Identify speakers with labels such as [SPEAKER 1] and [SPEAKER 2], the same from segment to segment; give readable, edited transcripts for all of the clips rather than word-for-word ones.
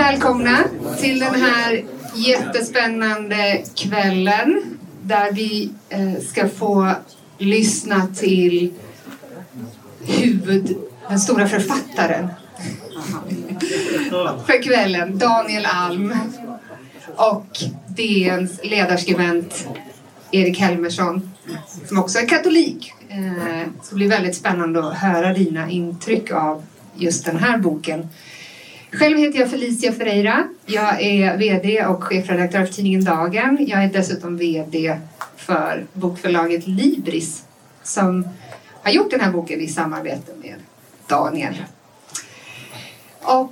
[SPEAKER 1] välkomna till den här jättespännande kvällen där vi ska få lyssna till den stora författaren för kvällen, Daniel Alm, och DNs ledarskribent Erik Helmersson, som också är katolik. Det ska bli väldigt spännande att höra dina intryck av just den här boken. Själv heter jag Felicia Ferreira. Jag är vd och chefredaktör för tidningen Dagen. Jag är dessutom vd för bokförlaget Libris, som har gjort den här boken i samarbete med Daniel. Och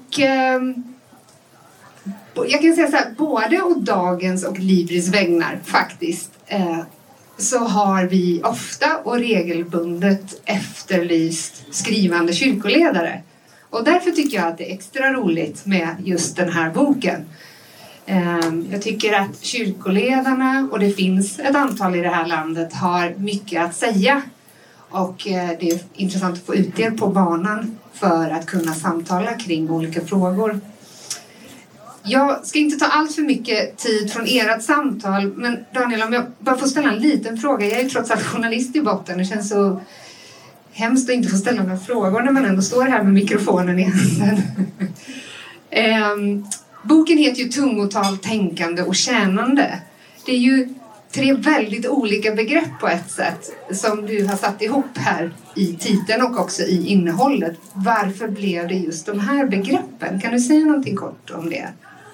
[SPEAKER 1] jag kan säga så här, både å Dagens och Libris vägnar faktiskt, så har vi ofta och regelbundet efterlyst skrivande kyrkoledare. Och därför tycker jag att det är extra roligt med just den här boken. Jag tycker att kyrkoledarna, och det finns ett antal i det här landet, har mycket att säga. Och det är intressant att få ut er på banan för att kunna samtala kring olika frågor. Jag ska inte ta allt för mycket tid från ert samtal, men Daniel, om jag bara får ställa en liten fråga. Jag är ju trots allt journalist i botten. Det känns så hemskt att inte få ställa några frågor när man ändå står här med mikrofonen i handen. Boken heter ju Tungotal, tänkande och tjänande. Det är ju 3 väldigt olika begrepp på ett sätt som du har satt ihop här i titeln och också i innehållet. Varför blev det just de här begreppen? Kan du säga någonting kort om det?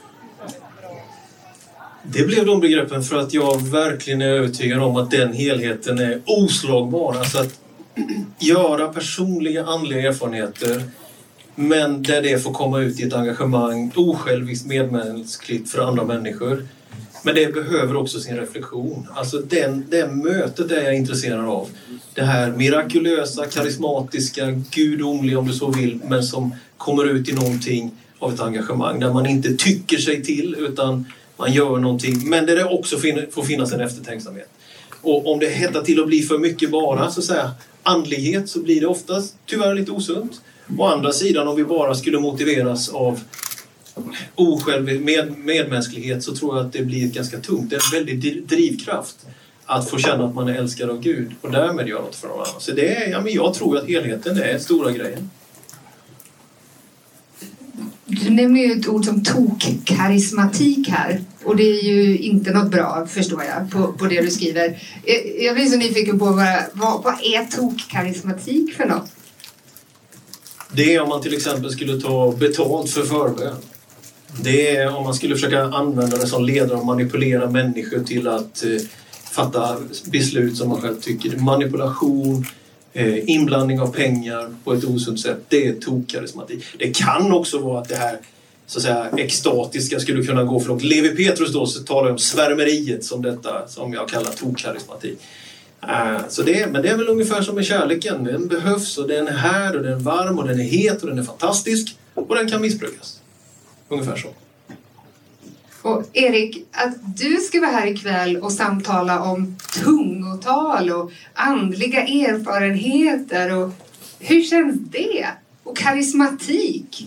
[SPEAKER 2] Det blev de begreppen för att jag verkligen är övertygad om att den helheten är oslagbar. Alltså att göra personliga andliga erfarenheter, men där det får komma ut i ett engagemang, osjälviskt, medmänskligt för andra människor. Men det behöver också sin reflektion. Alltså det mötet är jag intresserad av. Det här mirakulösa, karismatiska, gudomliga om du så vill, men som kommer ut i någonting av ett engagemang där man inte tycker sig till utan man gör någonting, men där det också får finnas en eftertänksamhet. Och om det hettar till att bli för mycket bara så att säga andlighet, så blir det oftast tyvärr lite osunt. Å andra sidan, om vi bara skulle motiveras av osjälv medmänsklighet, så tror jag att det blir ganska tungt. Det är en väldigt drivkraft att få känna att man är älskad av Gud och därmed göra något för någon annan. Så det är, jag tror att helheten är stora grejen.
[SPEAKER 1] Du nämner ju ett ord som tokkarismatik här. Och det är ju inte något bra, förstår jag, på det du skriver. Jag blir så nyfiken på vad är tokkarismatik för något?
[SPEAKER 2] Det är om man till exempel skulle ta betalt för förbön. Det är om man skulle försöka använda det som ledare och manipulera människor till att fatta beslut som man själv tycker. Manipulation, inblandning av pengar på ett osunt sätt, det är tokkarismatik. Det kan också vara att det här så att säga extatiska skulle kunna gå för långt. Levi Petrus då så talar om svärmeriet som detta, som jag kallar tokkarismatik. Men det är väl ungefär som med kärleken. Den behövs och den är här och den är varm och den är het och den är fantastisk och den kan missbrukas. Ungefär så.
[SPEAKER 1] Och Erik, att du ska vara här ikväll och samtala om tungotal och andliga erfarenheter, och hur känns det? Och karismatik?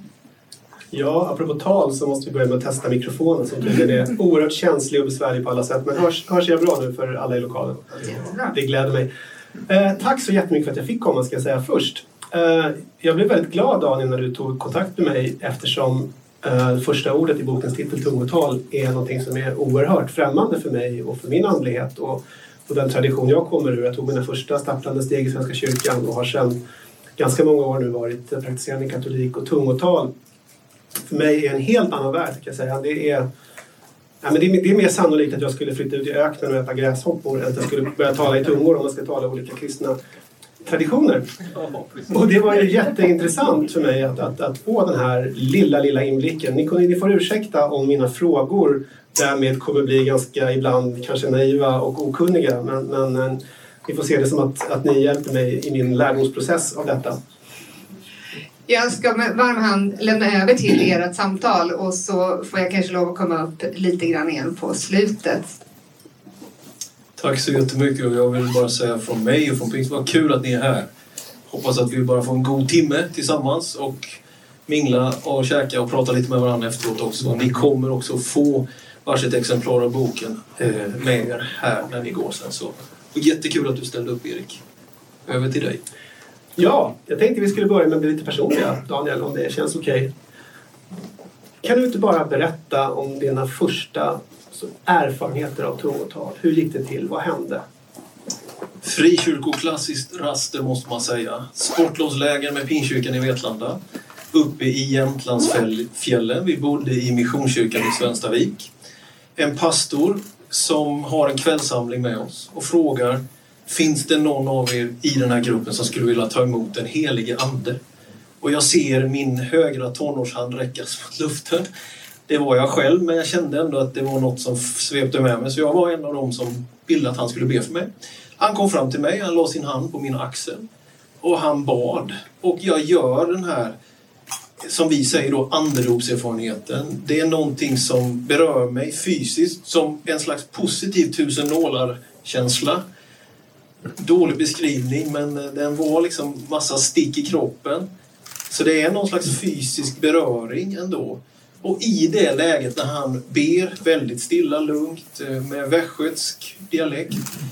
[SPEAKER 3] Ja, apropå tal så måste vi börja med att testa mikrofonen som tydligen är oerhört känslig och besvärlig på alla sätt. Men hörs jag bra nu för alla i lokalen? Det gläder mig. Tack så jättemycket för att jag fick komma, ska jag säga först. Jag blev väldigt glad, Daniel, när du tog kontakt med mig, eftersom första ordet i bokens titel, tungotal, är någonting som är oerhört främmande för mig och för min andlighet och den tradition jag kommer ur. Jag tog mina första stapplande steg i Svenska kyrkan och har sedan ganska många år nu varit praktiserande katolik, och tungotal för mig är en helt annan värld, kan jag säga. Det är mer sannolikt att jag skulle flytta ut i öknen och äta gräshoppor än att jag skulle börja tala i tungor om man ska tala olika kristna traditioner. Och det var ju jätteintressant för mig att få den här lilla inblicken. Ni får ursäkta om mina frågor därmed kommer bli ganska ibland kanske naiva och okunniga, men ni får se det som att ni hjälper mig i min lärdomsprocess av detta.
[SPEAKER 1] Jag ska med varm hand lämna över till ert samtal, och så får jag kanske lov att komma upp lite grann igen på slutet.
[SPEAKER 2] Tack så jättemycket, och jag vill bara säga från mig och från Pingst, vad kul att ni är här. Hoppas att vi bara får en god timme tillsammans och mingla och käka och prata lite med varandra efteråt också. Ni kommer också få varsitt exemplar av boken med er här när ni går sen. Så. Och jättekul att du ställde upp, Erik. Över till dig.
[SPEAKER 3] Ja, jag tänkte vi skulle börja med att bli lite personliga, Daniel, om det känns okej. Kan du inte bara berätta om dina första erfarenheter av tungotal? Hur gick det till? Vad hände?
[SPEAKER 2] Frikyrkoklassiskt raster måste man säga. Sportlovsläger med Pinkyrkan i Vetlanda. Uppe i Jämtlandsfjällen. Vi bodde i Missionskyrkan i Svenstavik. En pastor som har en kvällssamling med oss och frågar: finns det någon av er i den här gruppen som skulle vilja ta emot den helige ande? Och jag ser min högra tonårshand räckas mot luften. Det var jag själv, men jag kände ändå att det var något som svepte med mig. Så jag var en av dem som ville att han skulle be för mig. Han kom fram till mig, han la sin hand på min axel. Och han bad. Och jag gör den här, som vi säger då, andedopserfarenheten. Det är någonting som berör mig fysiskt som en slags positiv 1000 nålar-känsla. Dålig beskrivning, men den var liksom massa stick i kroppen. Så det är någon slags fysisk beröring ändå. Och i det läget när han ber väldigt stilla, lugnt, med västgötsk dialekt,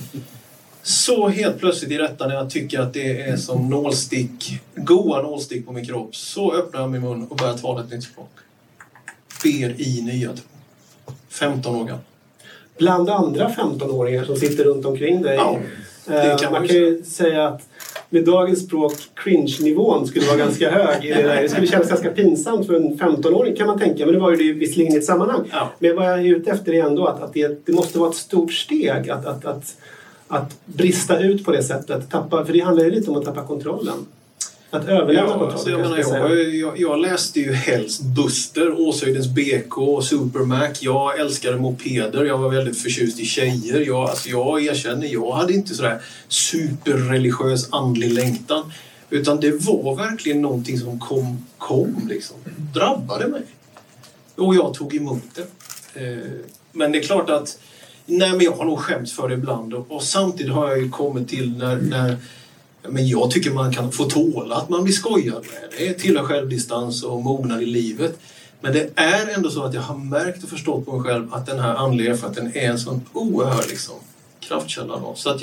[SPEAKER 2] så helt plötsligt i detta när jag tycker att det är som nålstick, goa nålstick på min kropp, så öppnar jag min mun och börjar tala ett nytt språk. Ber i nya tro. 15 år gammal. Bland andra 15-åringar som sitter runt omkring dig.
[SPEAKER 3] Ja, man kan ju säga att med dagens språk cringe-nivån skulle vara ganska hög i det där. Det skulle kännas ganska pinsamt för en 15-åring kan man tänka, men det var ju det visserligen i ett sammanhang. Ja. Men vad jag är ute efter är ändå att det måste vara ett stort steg att brista ut på det sättet. För det handlar ju lite om att tappa kontrollen. Att överlämna kontrollen.
[SPEAKER 2] Jag läste ju helst Buster, Åshöjdens BK och Supermac. Jag älskade mopeder. Jag var väldigt förtjust i tjejer. Jag erkänner, jag hade inte sådär superreligiös andlig längtan. Utan det var verkligen någonting som kom liksom. Drabbade mig. Och jag tog emot det. Men det är klart att men jag har nog skämts för det ibland. Och samtidigt har jag ju kommit till när men jag tycker man kan få tåla att man blir skojad med. Det tillhör självdistans och mognad i livet. Men det är ändå så att jag har märkt och förstått på mig själv att den här andliga erfarenheten är en sån oerhörd liksom, kraftkälla. Då. Så att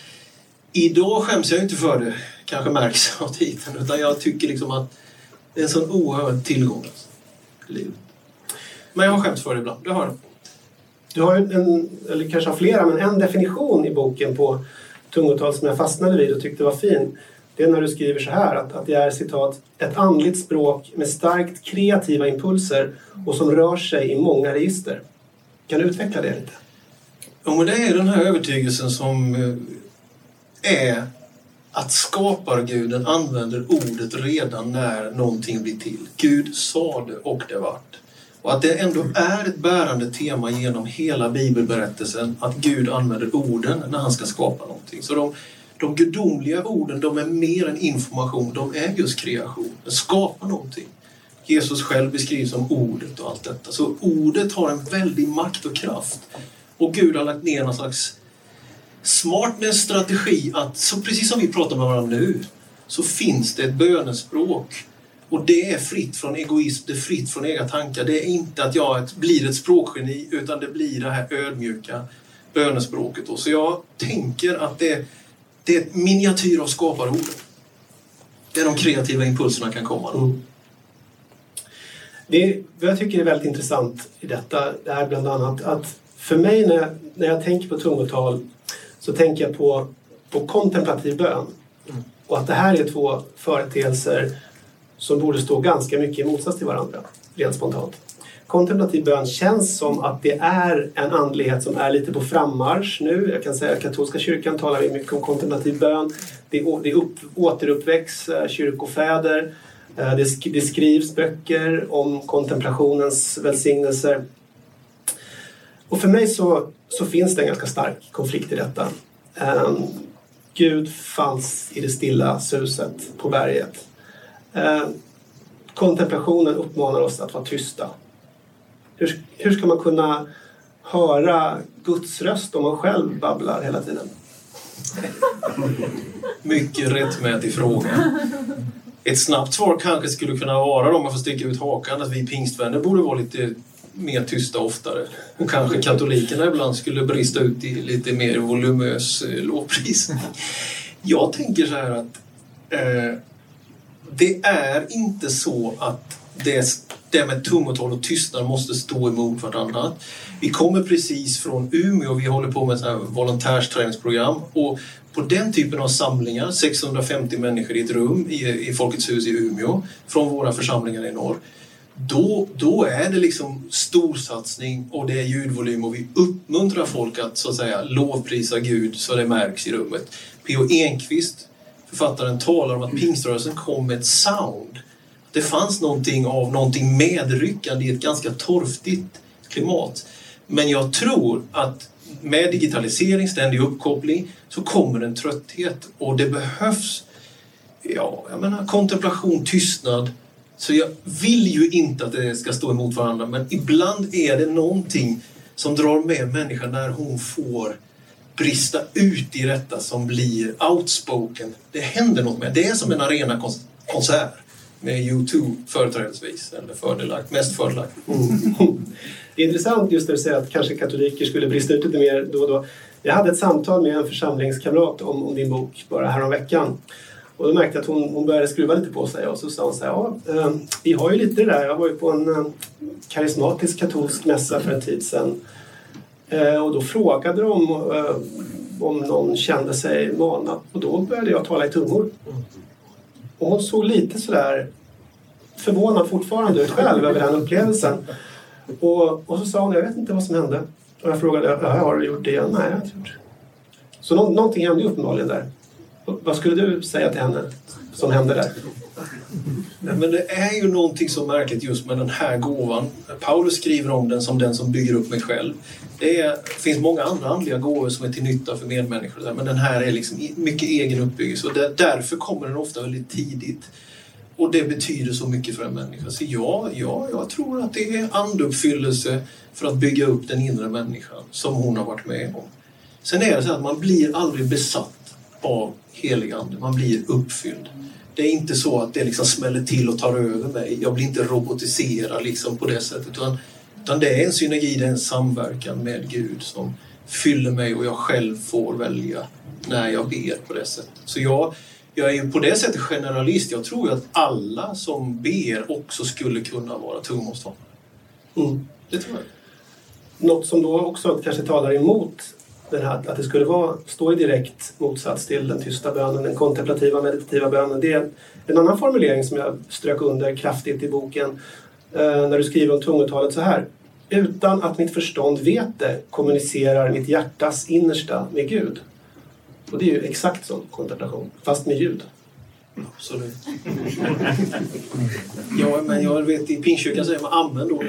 [SPEAKER 2] idag skäms jag inte för det, kanske märks av tiden. Utan jag tycker liksom att det är en sån oerhörd tillgång i livet. Men jag har skämts för det ibland, det har jag.
[SPEAKER 3] Du har eller kanske har flera, men en definition i boken på tungotal som jag fastnade vid och tyckte var fin. Det är när du skriver så här att det är citat ett andligt språk med starkt kreativa impulser och som rör sig i många register. Kan du utveckla det lite?
[SPEAKER 2] Ja, men det är den här övertygelsen som är att skaparguden använder ordet redan när någonting blir till. Gud sa det och det vart. Och att det ändå är ett bärande tema genom hela bibelberättelsen att Gud använder orden när han ska skapa någonting. Så de gudomliga orden, de är mer än information, de är just kreation. De skapar någonting. Jesus själv beskrivs som ordet och allt detta. Så ordet har en väldig makt och kraft. Och Gud har lagt ner någon slags smartness strategi att, så precis som vi pratar med varandra nu, så finns det ett bönespråk. Och det är fritt från egoism, det är fritt från egna tankar. Det är inte att jag blir ett språkgeni, utan det blir det här ödmjuka bönespråket. Så jag tänker att det är ett miniatyr av skaparorden. Det är de kreativa impulserna kan komma.
[SPEAKER 3] Mm. Vad jag tycker är väldigt intressant i detta det är bland annat att för mig när jag tänker på tungotal så tänker jag på kontemplativ bön. Mm. Och att det här är två företeelser som borde stå ganska mycket i motsats till varandra, rent spontant. Kontemplativ bön känns som att det är en andlighet som är lite på frammarsch nu. Jag kan säga att katolska kyrkan talar mycket om kontemplativ bön. Det återuppväcks kyrkofäder. Det skrivs böcker om kontemplationens välsignelser. Och för mig så finns det en ganska stark konflikt i detta. Gud fanns i det stilla suset på berget. Kontemplationen uppmanar oss att vara tysta. Hur ska man kunna höra Guds röst om man själv babblar hela tiden?
[SPEAKER 2] Mycket rättmätig fråga. Ett snabbt svar kanske skulle kunna vara, om man får sticka ut hakan, att vi pingstvänner borde vara lite mer tysta oftare. Och kanske katolikerna ibland skulle brista ut i lite mer volumös lovpris. Jag tänker så här att det är inte så att det med tungotal och tystnad måste stå emot varandra. Vi kommer precis från Umeå och vi håller på med ett volontärsträningsprogram. Och på den typen av samlingar, 650 människor i ett rum i Folkets hus i Umeå, från våra församlingar i norr, då är det liksom storsatsning och det är ljudvolym och vi uppmuntrar folk att så att säga lovprisa Gud så det märks i rummet. P.O. Enquist, författaren, talar om att pingströrelsen kom med ett sound. Det fanns någonting medryckande i ett ganska torftigt klimat. Men jag tror att med digitalisering, ständig uppkoppling, så kommer en trötthet och det behövs kontemplation, tystnad. Så jag vill ju inte att det ska stå emot varandra, men ibland är det någonting som drar med människan när hon får brista ut i detta som blir outspoken. Det händer något med det. Är som en arenakonsert med U2 företrädesvis, eller mest fördelagt.
[SPEAKER 3] Det är intressant just när du säger att kanske katoliker skulle brista ut lite mer då och då. Jag hade ett samtal med en församlingskamrat om din bok bara häromveckan. Och då märkte jag att hon började skruva lite på sig. Och så sa hon så här, vi har ju lite det där. Jag var ju på en karismatisk katolsk mässa för en tid sedan. Och då frågade de om någon kände sig manad. Och då började jag tala i tungor. Och hon såg lite sådär förvånad fortfarande ut själv över den upplevelsen. Och så sa hon, jag vet inte vad som hände. Och jag frågade, har du gjort det igen? Nej, jag har inte gjort det. Så någonting hände uppenbarligen där. Vad skulle du säga till henne som hände där?
[SPEAKER 2] Men det är ju någonting så märkligt just med den här gåvan. Paulus skriver om den som den som bygger upp mig själv. Det finns många andra andliga gåvor som är till nytta för medmänniskor. Men den här är liksom mycket egen uppbyggelse. Och därför kommer den ofta väldigt tidigt. Och det betyder så mycket för en människa. Så jag tror att det är anduppfyllelse för att bygga upp den inre människan som hon har varit med om. Sen är det så att man blir aldrig besatt av helig ande. Man blir uppfylld. Det är inte så att det liksom smäller till och tar över mig. Jag blir inte robotiserad liksom på det sättet. Utan det är en synergi, det är en samverkan med Gud som fyller mig och jag själv får välja när jag ber på det sättet. Så jag är ju på det sättet generalist. Jag tror ju att alla som ber också skulle kunna vara tungomålstalare. Det tror jag.
[SPEAKER 3] Något som då också kanske talar emot den här, att det skulle stå i direkt motsats till den tysta bönen, den kontemplativa, meditativa bönen. Det är en annan formulering som jag strök under kraftigt i boken när du skriver om tungotalet så här. Utan att mitt förstånd vet det kommunicerar mitt hjärtas innersta med Gud. Och det är ju exakt som kontemplation, fast med ljud.
[SPEAKER 2] Absolut. Ja, men jag vet i Pingstkyrkan säger man amen då.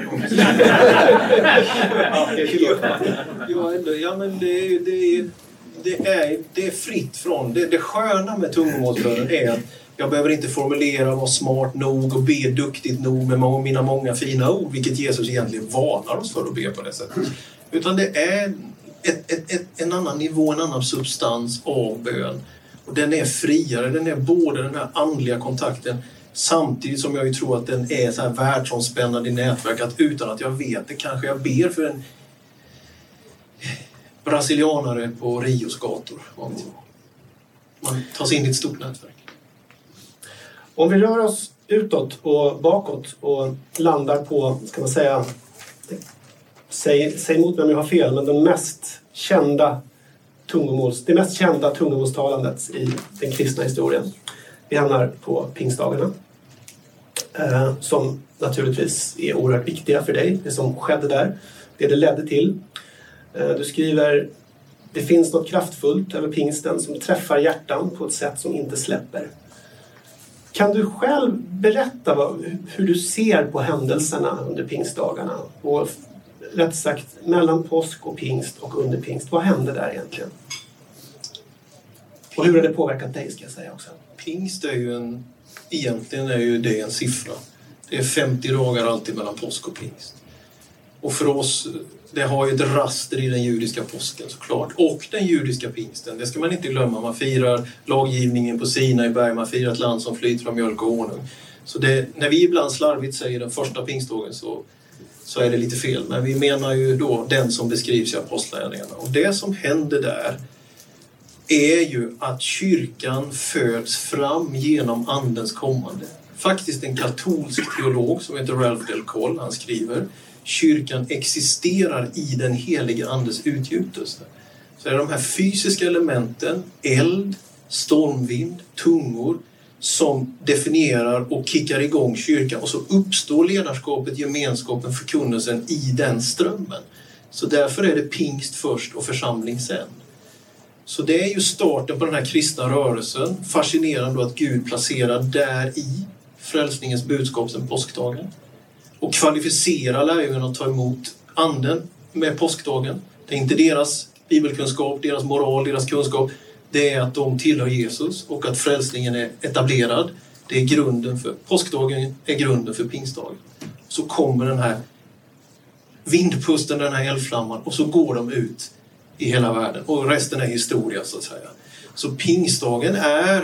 [SPEAKER 2] Ja, men det är fritt från. Det sköna med tungomålsbönen är att jag behöver inte formulera, vara smart nog och be duktigt nog med mina många fina ord, vilket Jesus egentligen varnar oss för att be på det sättet. Utan det är en annan nivå, en annan substans av bön. Och den är friare, den är både den här andliga kontakten samtidigt som jag ju tror att den är så här världsomspännande i nätverk, att utan att jag vet det kanske jag ber för en brasilianare på Rios gator. Man tar sig in i ett stort nätverk.
[SPEAKER 3] Om vi rör oss utåt och bakåt och landar på, ska man säga, säg emot mig om jag har fel, men det mest kända tungomålstalandet i den kristna historien. Vi hamnar på pingstdagarna. Som naturligtvis är oerhört viktiga för dig, det som skedde där, det ledde till. Du skriver, det finns något kraftfullt över pingsten som träffar hjärtan på ett sätt som inte släpper. Kan du själv berätta hur du ser på händelserna under pingstdagarna? Och rätt sagt, mellan påsk och pingst och under pingst. Vad hände där egentligen? Och hur har det påverkat dig, ska jag säga också?
[SPEAKER 2] Pingst är ju egentligen är ju det en siffra. Det är 50 dagar alltid mellan påsk och pingst. Och för oss, det har ju ett raster i den judiska påsken såklart. Och den judiska pingsten, det ska man inte glömma. Man firar laggivningen på Sinaiberg, man firar ett land som flyter av mjölk och honung. Så när vi ibland slarvigt säger den första pingstdagen så är det lite fel. Men vi menar ju då den som beskrivs i Apostlagärningarna. Och det som händer där är ju att kyrkan föds fram genom andens kommande. Faktiskt en katolsk teolog som heter Ralph Del Coll, han skriver: kyrkan existerar i den heliga andes utgjutelse. Så det är de här fysiska elementen, eld, stormvind, tungor, som definierar och kickar igång kyrkan. Och så uppstår ledarskapet, gemenskapen, förkunnelsen i den strömmen. Så därför är det pingst först och församling sen. Så det är ju starten på den här kristna rörelsen. Fascinerande att Gud placerar där i frälsningens budskap sen påskdagen. Och kvalificerar lärjungarna att ta emot anden med påskdagen. Det är inte deras bibelkunskap, deras moral, deras kunskap. Det är att de tillhör Jesus och att frälsningen är etablerad. Det är grunden för påskdagen, är grunden för pingstdagen. Så kommer den här vindpusten, den här eldflamman, och så går de ut i hela världen. Och resten är historia, så att säga. Så pingstdagen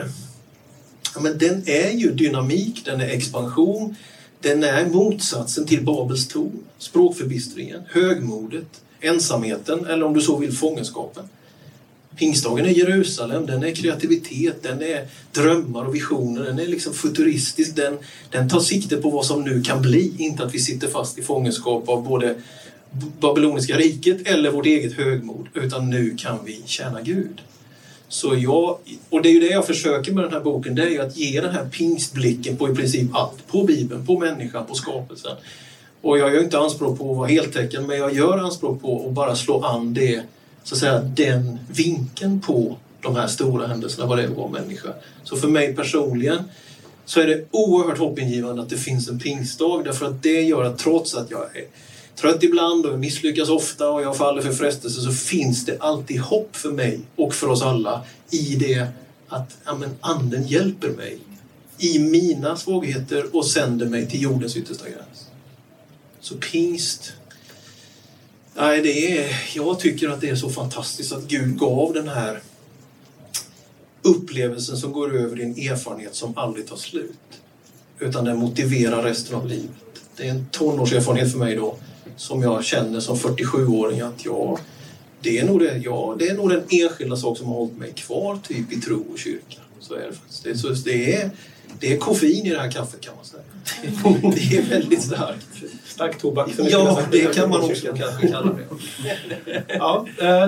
[SPEAKER 2] den är ju dynamik, den är expansion, den är motsatsen till Babels torn, språkförbistringen, högmodet, ensamheten, eller om du så vill fångenskapen. Pingstdagen är Jerusalem, den är kreativitet, den är drömmar och visioner, den är liksom futuristisk, den tar sikte på vad som nu kan bli, inte att vi sitter fast i fångenskap av både babyloniska riket eller vårt eget högmod, utan nu kan vi tjäna Gud. Och det är ju det jag försöker med den här boken, det är ju att ge den här pingstblicken på i princip allt, på Bibeln, på människan, på skapelsen. Och jag gör inte anspråk på att vara heltäcken, men jag gör anspråk på att bara slå an det, så att säga, den vinkeln på de här stora händelserna, vad det är att vara människa. Så för mig personligen så är det oerhört hoppingivande att det finns en pingstdag, därför att det gör att trots att jag är trött ibland och misslyckas ofta och jag faller för frestelse, så finns det alltid hopp för mig och för oss alla i det att anden hjälper mig i mina svagheter och sänder mig till jordens yttersta gräns. Så pingst, jag tycker att det är så fantastiskt att Gud gav den här upplevelsen som går över din erfarenhet som aldrig tar slut, utan den motiverar resten av livet. Det är en tonårserfarenhet för mig då, som jag känner som 47-åring, att det är nog den enskilda sak som har hållit mig kvar typ i tro och kyrka. Så är det faktiskt. Det är koffein i det här kaffet, kan man säga. Det är väldigt starkt.
[SPEAKER 3] Stark tobak.
[SPEAKER 2] Ja, det kan man också kanske kalla det.
[SPEAKER 3] Ja,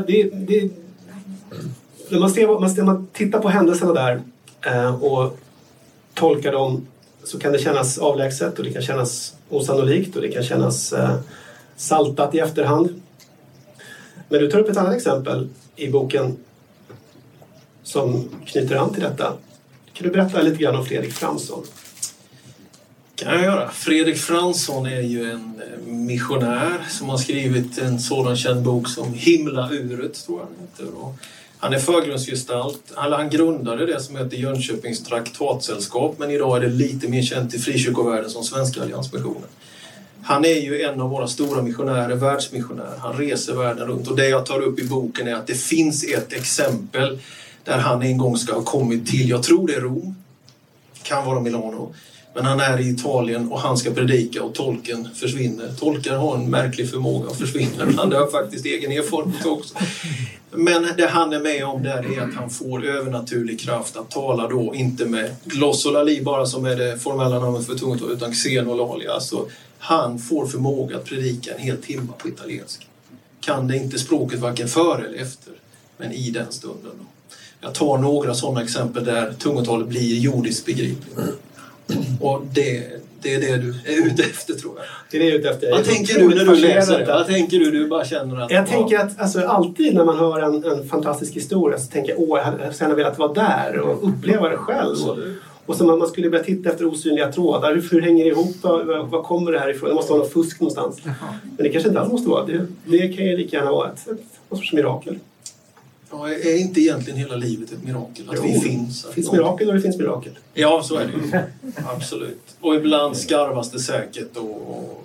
[SPEAKER 3] när man tittar på händelserna där och tolkar dem, så kan det kännas avlägset och det kan kännas osannolikt och det kan kännas saltat i efterhand. Men du tar upp ett annat exempel i boken som knyter an till detta. Kan du berätta lite grann om Fredrik Fransson?
[SPEAKER 2] Kan jag göra. Fredrik Fransson är ju en missionär som har skrivit en sådan känd bok som Himla uret, tror jag han heter. Och han är förgrundsgestalt. Han grundade det som heter Jönköpings traktatsällskap, men idag är det lite mer känt i frikyrkovärlden som Svenska alliansmissionen. Han är ju en av våra stora missionärer, världsmissionär. Han reser världen runt, och det jag tar upp i boken är att det finns ett exempel där han en gång ska ha kommit till, jag tror det är Rom, kan vara Milano, men han är i Italien och han ska predika och tolken försvinner. Tolkar har en märklig förmåga att försvinna, han har faktiskt egen erfarenhet också. Men det han är med om där är att han får övernaturlig kraft att tala då, inte med glossolali bara som är det formella namnet för tungotal, utan xenolali. Alltså han får förmåga att predika en hel timme på italienska. Kan det inte språket varken före eller efter, men i den stunden då. Jag tar några sådana exempel där tungotalet blir jordiskt begripligt. Och det är det du är ute efter, tror jag.
[SPEAKER 3] Det är det jag är ute efter.
[SPEAKER 2] Vad tänker du när du läser det? Vad tänker du? Du bara känner att...
[SPEAKER 3] Jag tänker att alltid när man hör en fantastisk historia så tänker jag, jag hade gärna velat vara där och uppleva det själv. Och så man skulle börja titta efter osynliga trådar. Hur hänger det ihop? Vad kommer det här ifrån? Det måste vara något fusk någonstans. Men det kanske inte alls måste vara. Det kan ju lika gärna vara ett sorts mirakel.
[SPEAKER 2] Ja, är inte egentligen hela livet ett mirakel? Att vi finns?
[SPEAKER 3] Det finns mirakel och det finns mirakel.
[SPEAKER 2] Ja, så är det ju. Absolut. Och ibland skarvas det säkert och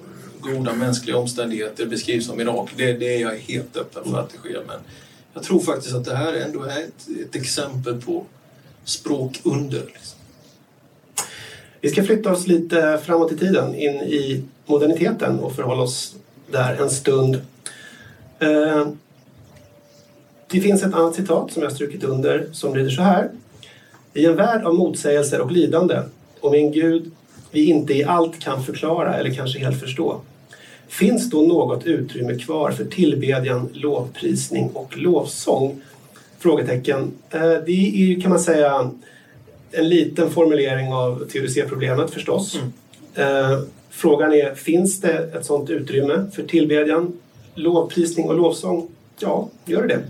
[SPEAKER 2] goda mänskliga omständigheter beskrivs som mirakel. Det är jag helt öppen för att det sker. Men jag tror faktiskt att det här ändå är ett exempel på språkunder. Liksom.
[SPEAKER 3] Vi ska flytta oss lite framåt i tiden, in i moderniteten och förhålla oss där en stund. Det finns ett annat citat som jag strukit under som lyder så här. I en värld av motsägelser och lidande, och min Gud vi inte i allt kan förklara eller kanske helt förstå, finns då något utrymme kvar för tillbedjan, lovprisning och lovsång? Frågetecken. Det är ju, kan man säga, en liten formulering av teodicéproblemet förstås. Frågan är, finns det ett sådant utrymme för tillbedjan, lovprisning och lovsång? Ja, gör det.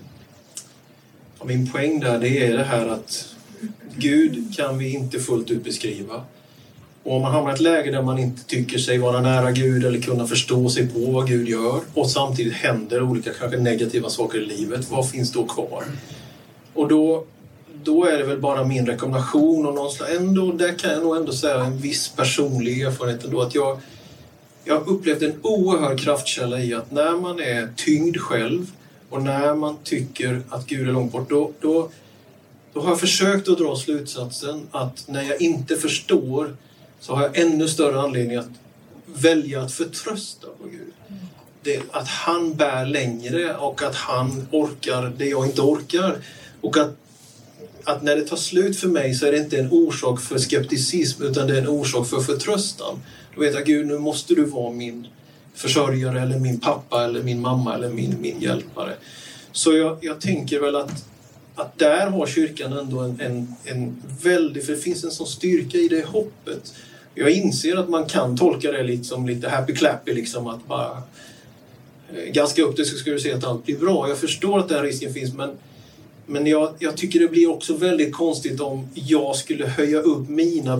[SPEAKER 2] Min poäng där, det är det här att Gud kan vi inte fullt ut beskriva. Och om man hamnar i ett läge där man inte tycker sig vara nära Gud eller kunna förstå sig på vad Gud gör och samtidigt händer olika kanske negativa saker i livet, vad finns då kvar? Och då är det väl bara min rekommendation och någonstans ändå, där kan jag nog ändå säga en viss personlig erfarenhet ändå, att jag har upplevt en oerhörd kraftkälla i att när man är tyngd själv och när man tycker att Gud är långt bort, då har jag försökt att dra slutsatsen att när jag inte förstår så har jag ännu större anledning att välja att förtrösta på Gud. Att han bär längre och att han orkar det jag inte orkar. Och att när det tar slut för mig så är det inte en orsak för skepticism utan det är en orsak för förtröstan. Då vet jag, Gud, nu måste du vara min försörjare eller min pappa eller min mamma eller min hjälpare. Så jag tänker väl att där har kyrkan ändå en väldigt, för det finns en sån styrka i det hoppet. Jag inser att man kan tolka det liksom lite happy-clappy, liksom att bara gaska upp det så ska du se att allt blir bra. Jag förstår att den risken finns, men jag tycker det blir också väldigt konstigt om jag skulle höja upp mina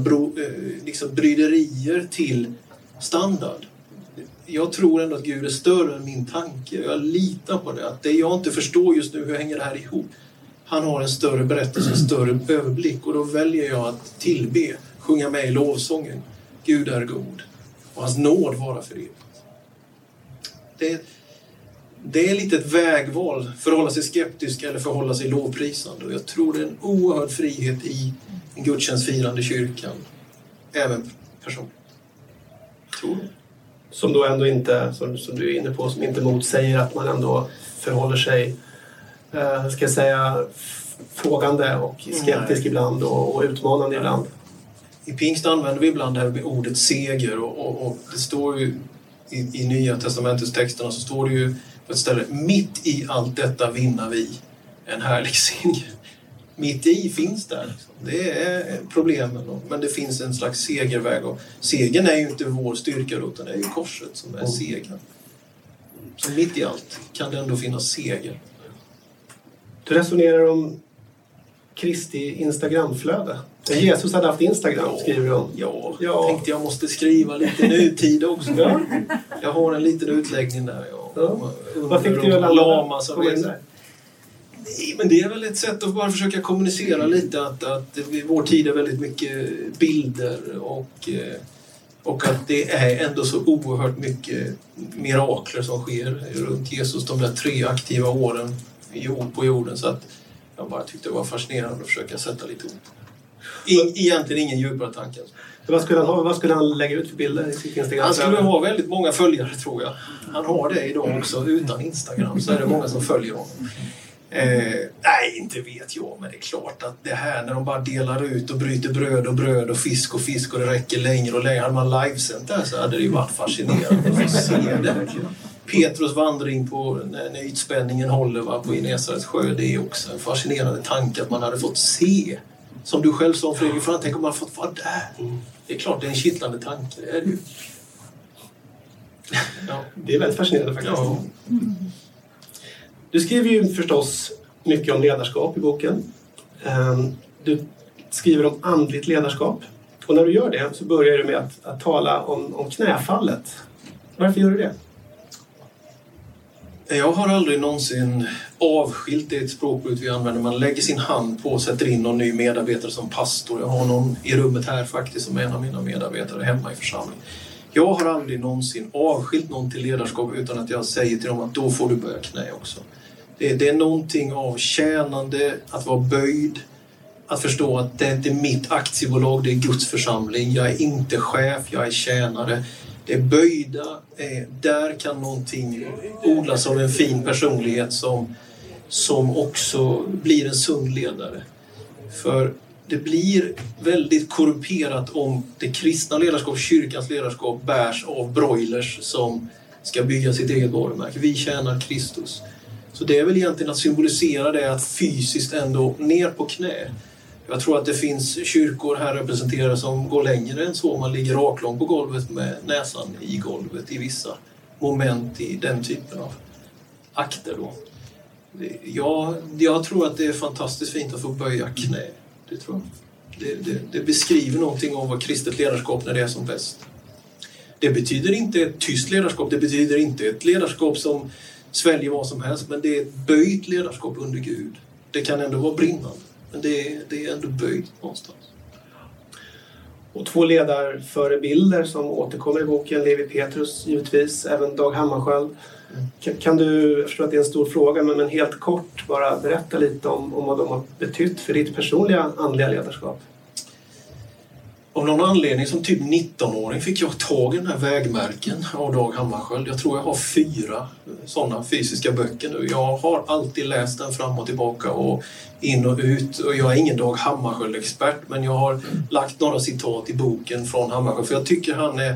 [SPEAKER 2] bryderier till standard. Jag tror ändå att Gud är större än min tanke. Jag litar på det. Att det jag inte förstår just nu, hur hänger det här ihop? Han har en större berättelse, en större överblick. Och då väljer jag att tillbe, sjunga med i lovsången. Gud är god. Och hans nåd vara för er. Det är lite ett vägval. Förhålla sig skeptisk eller förhålla sig lovprisande. Och jag tror det är en oerhörd frihet i en gudstjänstfirande kyrkan. Även personligt. Tror det.
[SPEAKER 3] Som då ändå inte, som du är inne på, som inte motsäger att man ändå förhåller sig, ska jag säga, frågande och skeptisk ibland och utmanande ibland.
[SPEAKER 2] I pingst använder vi ibland det här med ordet seger och det står ju i Nya testamentets texterna så står det ju på ett ställe, mitt i allt detta vinner vi en härlig seger. Mitt i finns där. Det är problemen, men det finns en slags segerväg. Och segern är ju inte vår styrka utan det är ju korset som är segern. Så mitt i allt kan det ändå finnas seger.
[SPEAKER 3] Du resonerar om Kristi Instagramflöde. Jesus hade haft Instagram, skriver du om.
[SPEAKER 2] Ja, jag tänkte jag måste skriva lite nutid också. Ja. Jag har en liten utläggning där.
[SPEAKER 3] Vad fick du att lama som är där?
[SPEAKER 2] Nej, men det är väl ett sätt att bara försöka kommunicera lite att i vår tid är väldigt mycket bilder och att det är ändå så oerhört mycket mirakler som sker runt Jesus de där 3 aktiva åren på jorden, så att jag bara tyckte det var fascinerande att försöka sätta lite ord. Egentligen ingen djupare tanke.
[SPEAKER 3] Vad skulle han lägga ut för bilder i sitt Instagram?
[SPEAKER 2] Han skulle ha väldigt många följare, tror jag. Han har det idag också utan Instagram, så är det många som följer honom. Nej, inte vet jag, men det är klart att det här när de bara delar ut och bryter bröd och fisk och det räcker längre och längre. Hade man livesänt där så hade det ju varit fascinerande att se det. Petrus vandring på när ytspänningen håller på Genesarets sjö, det är också en fascinerande tanke att man hade fått se. Som du själv sa, Fredrik, för tänk om man hade fått vara där. Det är klart, det är en kittlande tanke, det är det ju.
[SPEAKER 3] Ja, det är väldigt fascinerande faktiskt. Ja. Du skriver ju förstås mycket om ledarskap i boken. Du skriver om andligt ledarskap. Och när du gör det så börjar du med att tala om knäfallet. Varför gör du det?
[SPEAKER 2] Jag har aldrig någonsin avskilt det språkbruk vi använder. Man lägger sin hand på och sätter in någon ny medarbetare som pastor. Jag har någon i rummet här faktiskt som är en av mina medarbetare hemma i församlingen. Jag har aldrig någonsin avskilt någon till ledarskap utan att jag säger till dem att då får du böja knä också. Det är någonting av tjänande, att vara böjd, att förstå att det är inte mitt aktiebolag, det är Guds församling. Jag är inte chef, jag är tjänare. Det är böjda, där kan någonting odlas av en fin personlighet som också blir en sund ledare. För det blir väldigt korrumperat om det kristna ledarskap, kyrkans ledarskap bärs av broilers som ska bygga sitt eget varumärke. Vi tjänar Kristus. Så det är väl egentligen att symbolisera det, att fysiskt ändå ner på knä. Jag tror att det finns kyrkor här representerade som går längre än så. Man ligger raklång på golvet med näsan i golvet i vissa moment i den typen av akter då. Jag tror att det är fantastiskt fint att få böja knä. Det tror jag. Det beskriver någonting om vad kristet ledarskap när det är som bäst. Det betyder inte ett tyst ledarskap, det betyder inte ett ledarskap som sväljer vad som helst, men det är ett böjt ledarskap under Gud. Det kan ändå vara brinnande, men det är ändå böjt någonstans.
[SPEAKER 3] Och 2 ledarförebilder som återkommer i boken, Levi Petrus givetvis, även Dag Hammarskjöld. Kan du, jag förstår att det är en stor fråga, men helt kort bara berätta lite om vad de har betytt för ditt personliga andliga ledarskap?
[SPEAKER 2] Av någon anledning som typ 19-åring fick jag tag i den här vägmärken av Dag Hammarskjöld. Jag tror jag har 4 sådana fysiska böcker nu. Jag har alltid läst den fram och tillbaka och in och ut. Och jag är ingen Dag Hammarskjöld-expert, men jag har lagt några citat i boken från Hammarskjöld. För jag tycker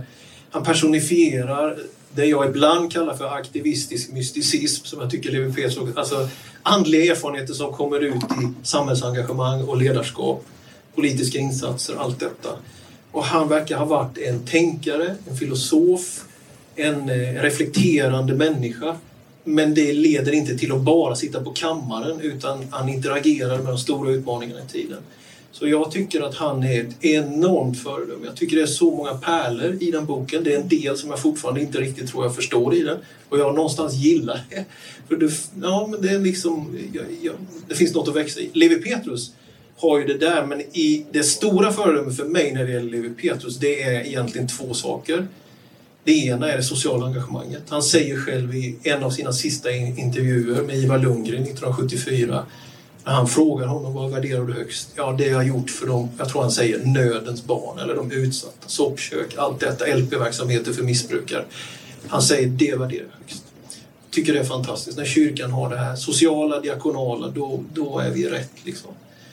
[SPEAKER 2] han personifierar det jag ibland kallar för aktivistisk mysticism, som jag tycker Levi Petrus, alltså andliga erfarenheter som kommer ut i samhällsengagemang och ledarskap, politiska insatser, allt detta. Och han verkar ha varit en tänkare, en filosof, en reflekterande människa. Men det leder inte till att bara sitta på kammaren, utan han interagerar med de stora utmaningarna i tiden. Så jag tycker att han är ett enormt föredöme. Jag tycker det är så många pärlor i den boken. Det är en del som jag fortfarande inte riktigt tror jag förstår i den. Och jag någonstans gillar det. För men det är liksom, det finns något att växa i. Levi Petrus har ju det där, men i det stora föredömet för mig när det gäller Levi Petrus, det är egentligen 2 saker. Det ena är det sociala engagemanget. Han säger själv i en av sina sista intervjuer med Ivar Lundgren 1974, när han frågar honom vad värderar du högst? Ja, det jag har gjort för dem, jag tror han säger nödens barn eller de utsatta, soppkök, allt detta, LP-verksamheter för missbrukare. Han säger det värderar högst. Jag tycker det är fantastiskt. När kyrkan har det här sociala, diakonala, då är vi rätt liksom.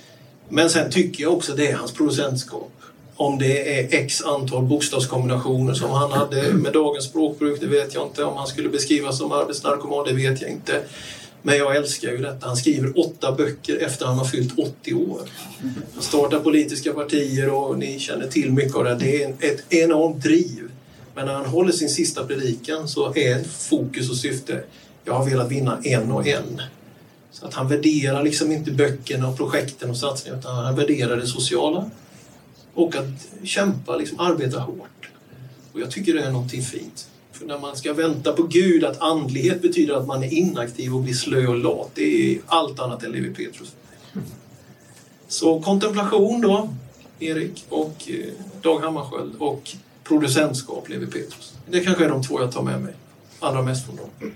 [SPEAKER 2] Men sen tycker jag också det är hans producentskap. Om det är x antal bokstavskombinationer som han hade med dagens språkbruk, det vet jag inte. Om han skulle beskrivas som arbetsnarkoman, det vet jag inte. Men jag älskar ju detta. Han skriver 8 böcker efter han har fyllt 80 år. Han startar politiska partier och ni känner till mycket av det. Det är ett enormt driv. Men när han håller sin sista predikan så är fokus och syfte, jag har velat vinna en och en. Så att han värderar liksom inte böckerna och projekten och satsningar, utan han värderar det sociala och att kämpa, liksom arbeta hårt. Och jag tycker det är någonting fint. För när man ska vänta på Gud, att andlighet betyder att man är inaktiv och blir slö och lat, det är allt annat än Levi Petrus. Så kontemplation då, Erik och Dag Hammarskjöld, och producentskap, Levi Petrus. Det kanske är de 2 jag tar med mig allra mest från dem.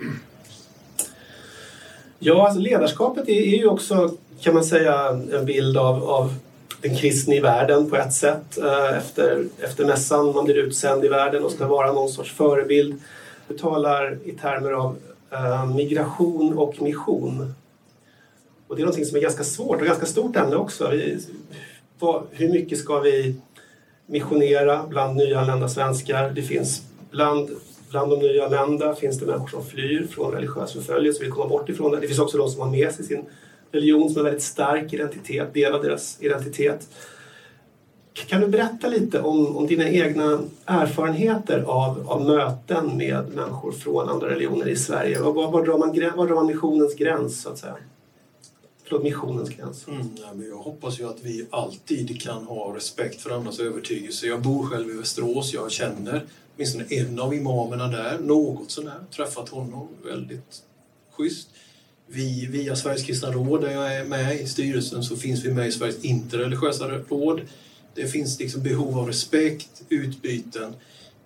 [SPEAKER 3] Ja, alltså ledarskapet är ju också, kan man säga, en bild av den kristna i världen på ett sätt. Efter mässan, man blir utsänd i världen och ska vara någon sorts förebild. Du talar i termer av migration och mission. Och det är någonting som är ganska svårt och ganska stort ämne också. Hur mycket ska vi missionera bland nyanlända svenskar? Det finns bland de nyanlända finns det människor som flyr från religiös förföljelse och vill komma bort ifrån det. Det finns också de som har med sig sin religion som är väldigt stark identitet, del av deras identitet. Kan du berätta lite om dina egna erfarenheter av möten med människor från andra religioner i Sverige? Var drar man missionens gräns, så att säga? Förlåt, missionens gräns.
[SPEAKER 2] Men jag hoppas ju att vi alltid kan ha respekt för andras övertygelse. Jag bor själv i Västerås, jag känner åtminstone en av imamerna där, något sådär, träffat honom, väldigt schysst. Vi via Sveriges kristna råd, där jag är med i styrelsen, så finns vi med i Sveriges interreligiösa råd. Det finns liksom behov av respekt, utbyten.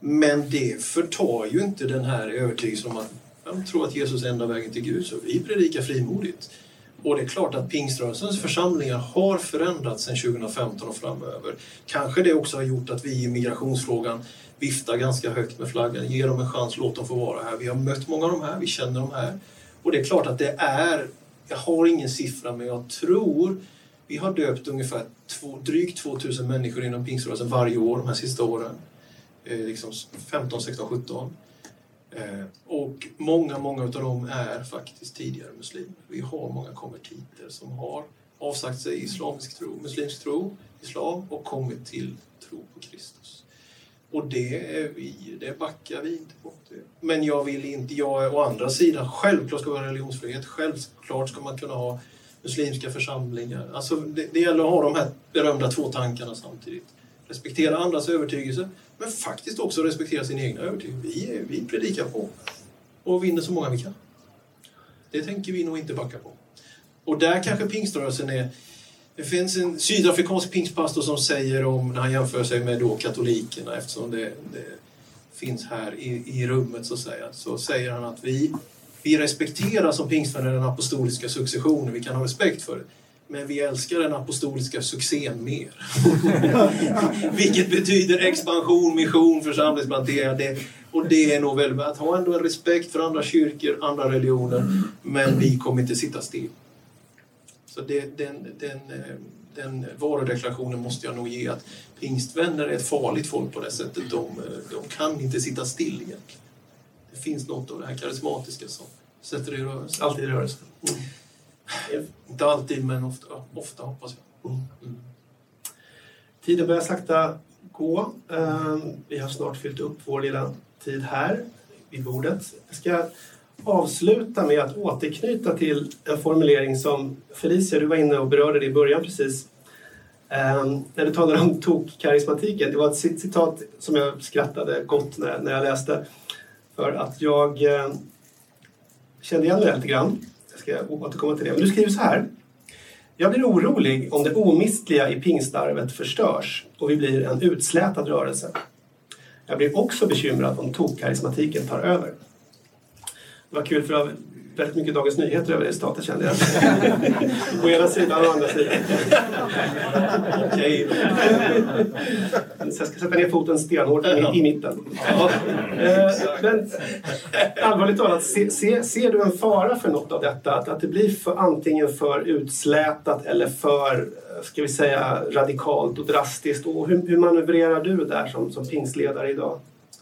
[SPEAKER 2] Men det förtar ju inte den här övertygelsen om att jag tror att Jesus är enda vägen till Gud, så vi predikar frimodigt. Och det är klart att pingströrelsens församlingar har förändrats sedan 2015 och framöver. Kanske det också har gjort att vi i migrationsfrågan viftar ganska högt med flaggan. Ge dem en chans, låt dem få vara här. Vi har mött många av de här, vi känner de här. Och det är klart att det är, jag har ingen siffra, men jag tror vi har döpt ungefär drygt 2000 människor inom pingströrelsen varje år de här sista åren. Liksom 15, 16, 17. Och många av dem är faktiskt tidigare muslimer. Vi har många konvertiter som har avsagt sig muslimsk tro, islam och kommit till tro på Kristus. Och det backar vi inte på. Men jag å andra sidan, självklart ska vi ha religionsfrihet, självklart ska man kunna ha muslimska församlingar. Alltså det gäller att ha de här berömda 2 tankarna samtidigt. Respektera andras övertygelse, men faktiskt också respektera sin egna övertygelse. Vi predikar på och vinner så många vi kan. Det tänker vi nog inte backa på. Och där kanske pingströrelsen är... Det finns en sydafrikansk pingstpastor som säger om, när han jämför sig med då katolikerna, eftersom det finns här i rummet så säger han att vi respekterar som pingstvänner den apostoliska successionen. Vi kan ha respekt för det. Men vi älskar den apostoliska succén mer. Vilket betyder expansion, mission, församlingsplantering. Och det är nog väl att ha ändå en respekt för andra kyrkor, andra religioner. Men vi kommer inte sitta still. Så den varudeklarationen måste jag nog ge, att pingstvänner är ett farligt folk på det sättet. De kan inte sitta still egentligen. Det finns något av det här karismatiska som sätter det i rörelse.
[SPEAKER 3] Alltid i rörelse.
[SPEAKER 2] Inte alltid, men ofta hoppas jag.
[SPEAKER 3] Tiden börjar sakta gå. Vi har snart fyllt upp vår lilla tid här vid bordet. Jag ska avsluta med att återknyta till en formulering som Felicia, du var inne och berörde det i början precis. När du talade om tokkarismatiken. Det var ett citat som jag skrattade gott när jag läste. För att jag kände igen det lite grann. Jag ska återkomma till det. Men du skriver så här. Jag blir orolig om det omistliga i pingstarvet förstörs och vi blir en utslätad rörelse. Jag blir också bekymrad om tokkarismatiken tar över. Det var kul för att väldigt mycket Dagens Nyheter över det staten, kände jag. På ena sidan och andra sidan. Okej. Så jag ska sätta ner foten stenhårt i mitten. Men allvarligt talat, ser du en fara för något av detta? Att det blir antingen för utslätat eller för, ska vi säga, radikalt och drastiskt? Och hur manövrerar du där som pingstledare idag?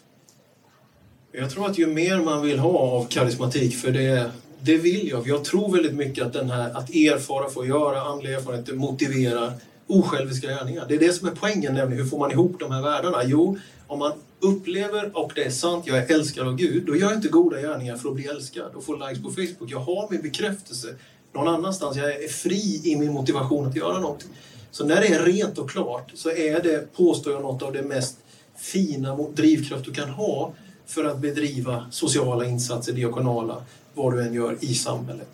[SPEAKER 2] Jag tror att ju mer man vill ha av karismatik, för det vill jag. Jag tror väldigt mycket att att erfara, få göra andliga erfarenheter motiverar osjälviska gärningar. Det är det som är poängen, nämligen hur får man ihop de här världarna? Jo, om man upplever, och det är sant, jag är älskad av Gud, då gör jag inte goda gärningar för att bli älskad och få likes på Facebook. Jag har min bekräftelse någon annanstans. Jag är fri i min motivation att göra någonting. Så när det är rent och klart så är det, påstår jag, något av det mest fina drivkraft du kan ha för att bedriva sociala insatser, diakonala, vad du än gör i samhället.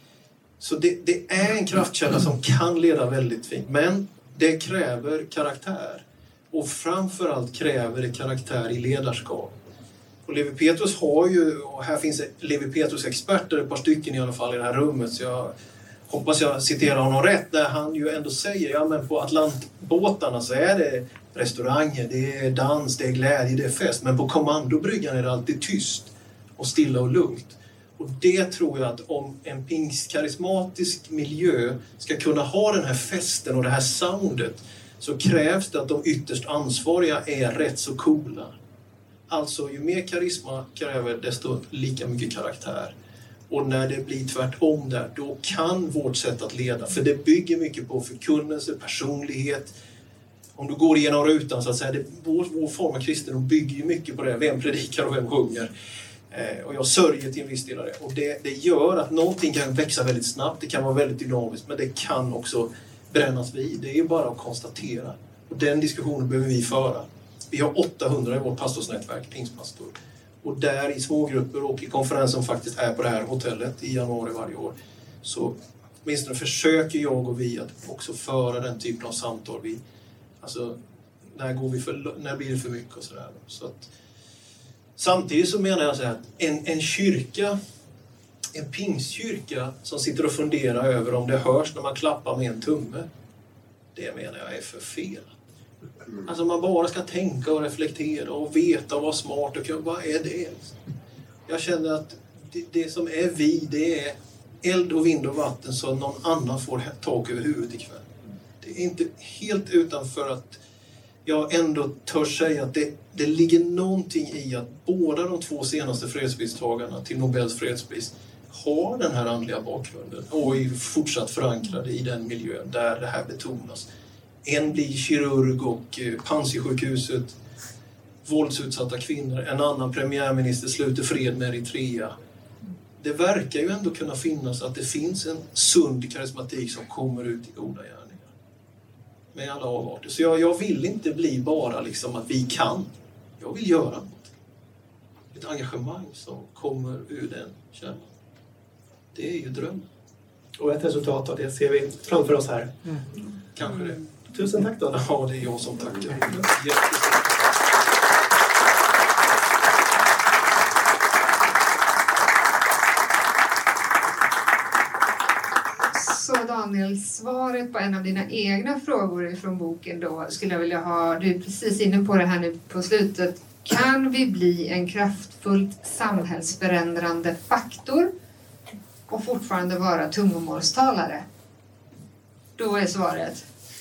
[SPEAKER 2] Så det är en kraftkälla som kan leda väldigt fint. Men det kräver karaktär. Och framförallt kräver det karaktär i ledarskap. Och Levi Petrus har ju, och här finns Levi Petrus experter, ett par stycken i alla fall i det här rummet. Så jag hoppas jag citerar honom rätt, där han ju ändå säger, ja men på Atlantbåtarna så är det restauranger, det är dans, det är glädje, det är fest. Men på kommandobryggan är det alltid tyst och stilla och lugnt. Och det tror jag att om en pingstkarismatisk miljö ska kunna ha den här festen och det här soundet, så krävs det att de ytterst ansvariga är rätt så coola. Alltså ju mer karisma kräver, desto lika mycket karaktär. Och när det blir tvärtom där, då kan vårt sätt att leda, för det bygger mycket på förkunnelse, personlighet. Om du går igenom rutan så att säga, vår form av kristendom bygger ju mycket på det. Vem predikar och vem sjunger. Och jag sörjer till en viss del av det. Och det gör att någonting kan växa väldigt snabbt. Det kan vara väldigt dynamiskt, men det kan också brännas vid. Det är ju bara att konstatera. Och den diskussionen behöver vi föra. Vi har 800 i vårt pastorsnätverk, pingstpastor. Och där i smågrupper och i konferensen som faktiskt är på det här hotellet i januari varje år, så åtminstone försöker jag och vi att också föra den typen av samtal. Alltså, när blir det för mycket och sådär. Så att Samtidigt så menar jag så här att en kyrka, en pingstkyrka som sitter och funderar över om det hörs när man klappar med en tumme, det menar jag är för fel. Alltså man bara ska tänka och reflektera och veta och vara smart och vad är det? Jag känner att det som är vi, det är eld och vind och vatten så att någon annan får tak över huvudet ikväll. Det är inte helt utanför att jag ändå törs säga att det ligger någonting i att båda de 2 senaste fredspristagarna till Nobels fredspris har den här andliga bakgrunden och är fortsatt förankrade i den miljön där det här betonas. En blir kirurg och Panzisjukhuset, våldsutsatta kvinnor. En annan premiärminister sluter fred med Eritrea. Det verkar ju ändå kunna finnas att det finns en sund karismatik som kommer ut i goda gärningar. Med alla avarter. Så jag vill inte bli bara liksom att vi kan. Jag vill göra något. Ett engagemang som kommer ur den källan. Det är ju drömmen.
[SPEAKER 3] Och ett resultat av det ser vi framför oss här.
[SPEAKER 2] Kanske det.
[SPEAKER 3] Tusen tack då.
[SPEAKER 2] Ja, det är jag som tackar.
[SPEAKER 1] Så Daniel, svaret på en av dina egna frågor från boken då skulle jag vilja ha, du är precis inne på det här nu på slutet. Kan vi bli en kraftfullt samhällsförändrande faktor och fortfarande vara tungomålstalare? Då är svaret.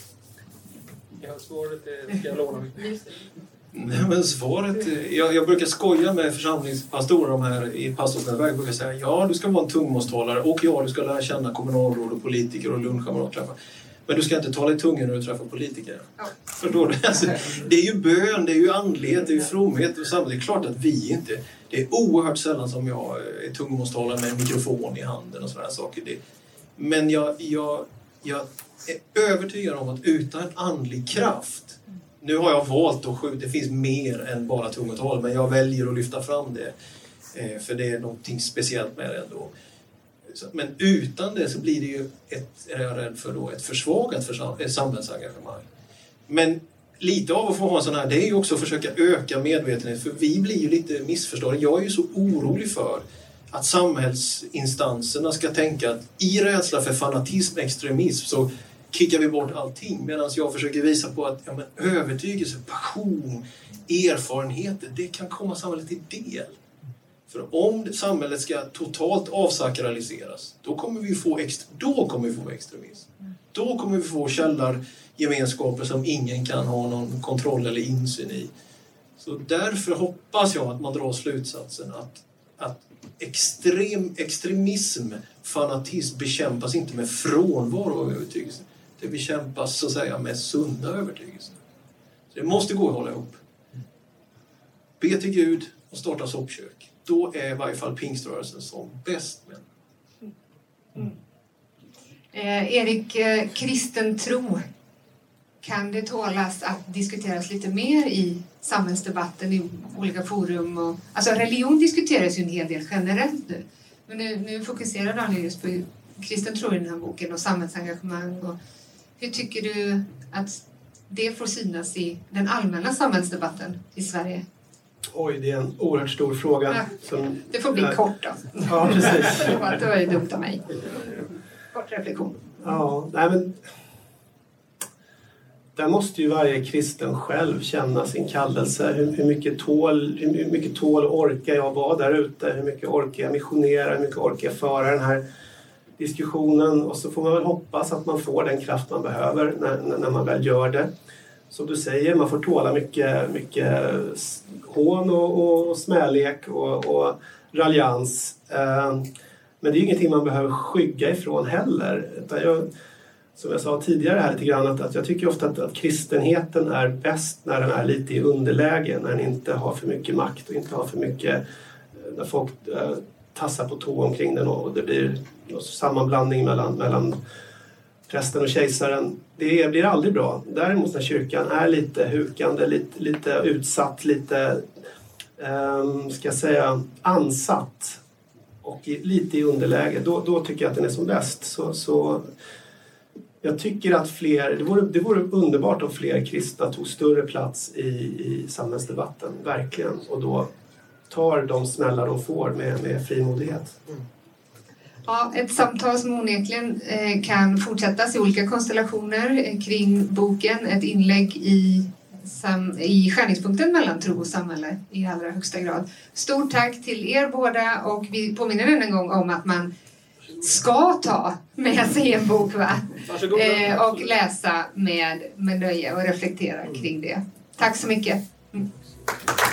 [SPEAKER 4] Ja, svaret är, ska jag låna mig.
[SPEAKER 2] Nej, men svaret, jag brukar skoja med församlingspastorer de här i pastorsnätverk. Jag brukar säga, ja du ska vara en tungomålstalare och ja du ska lära känna kommunalråd och politiker och luncha med träffar. Men du ska inte tala i tungan när du träffar politiker.
[SPEAKER 1] Ja.
[SPEAKER 2] Förstår du? Alltså, det är ju bön, det är ju andlighet, det är ju fromhet och samtidigt. Det är klart att vi inte, det är oerhört sällan som jag är tungomålstalare med en mikrofon i handen och sådana saker. Men jag är övertygad om att utan en andlig kraft, nu har jag valt att skjuta, det finns mer än bara tungotal, men jag väljer att lyfta fram det. För det är någonting speciellt med det ändå. Men utan det så blir det ju är jag rädd för då, ett försvagat samhällsengagemang. Men lite av att få ha en sån här, det är ju också att försöka öka medvetenhet. För vi blir ju lite missförstådda. Jag är ju så orolig för att samhällsinstanserna ska tänka att i rädsla för fanatism, extremism så kickar vi bort allting. Medan jag försöker visa på att övertygelse, passion, erfarenheter, det kan komma samhället till del. För om samhället ska totalt avsakraliseras, då kommer vi få extremism. Då kommer vi få källargemenskaper som ingen kan ha någon kontroll eller insyn i. Så därför hoppas jag att man drar slutsatsen att extremism, fanatism bekämpas inte med frånvaro av övertygelse. Det bekämpas så att säga med sunda övertygelser. Så det måste gå att hålla ihop. Be till Gud och starta soppkök. Då är i varje fall pingströrelsen som bäst.
[SPEAKER 1] Erik, kristen tro, kan det tålas att diskuteras lite mer i samhällsdebatten i olika forum? Alltså religion diskuteras ju en hel del generellt nu. Men nu fokuserar Daniel just på kristen tro i den här boken och samhällsengagemang. Och hur tycker du att det får synas i den allmänna samhällsdebatten i Sverige?
[SPEAKER 3] Oj, det är en oerhört stor fråga.
[SPEAKER 1] Ja, det får bli kort då.
[SPEAKER 3] Ja, precis.
[SPEAKER 1] Det var ju dumt av mig. Kort reflektion.
[SPEAKER 3] Ja, nej men där måste ju varje kristen själv känna sin kallelse. Hur mycket tål och orkar jag vara där ute? Hur mycket orkar jag missionera? Hur mycket orkar jag föra den här diskussionen? Och så får man väl hoppas att man får den kraft man behöver när man väl gör det. Som du säger, man får tåla mycket hån och smälek och raljans. Men det är ju ingenting man behöver skygga ifrån heller. Som jag sa tidigare här lite grann, att jag tycker ofta att kristenheten är bäst när den är lite i underläge. När den inte har för mycket makt och inte har för mycket, när folk tassar på tå omkring den och det blir någon sammanblandning mellan prästen och kejsaren. Det blir aldrig bra. Däremot när kyrkan är lite hukande, lite utsatt, lite ska jag säga ansatt och lite i underläge, då tycker jag att den är som bäst. Så jag tycker att det vore underbart om fler kristna tog större plats i samhällsdebatten, verkligen. Och då tar de smällar de får med frimodighet.
[SPEAKER 1] Ja, ett samtal som onekligen kan fortsättas i olika konstellationer kring boken. Ett inlägg i skärningspunkten mellan tro och samhälle i allra högsta grad. Stort tack till er båda, och vi påminner än en gång om att man ska ta med sig en bok, va? Och läsa med nöje och reflektera kring det. Tack så mycket.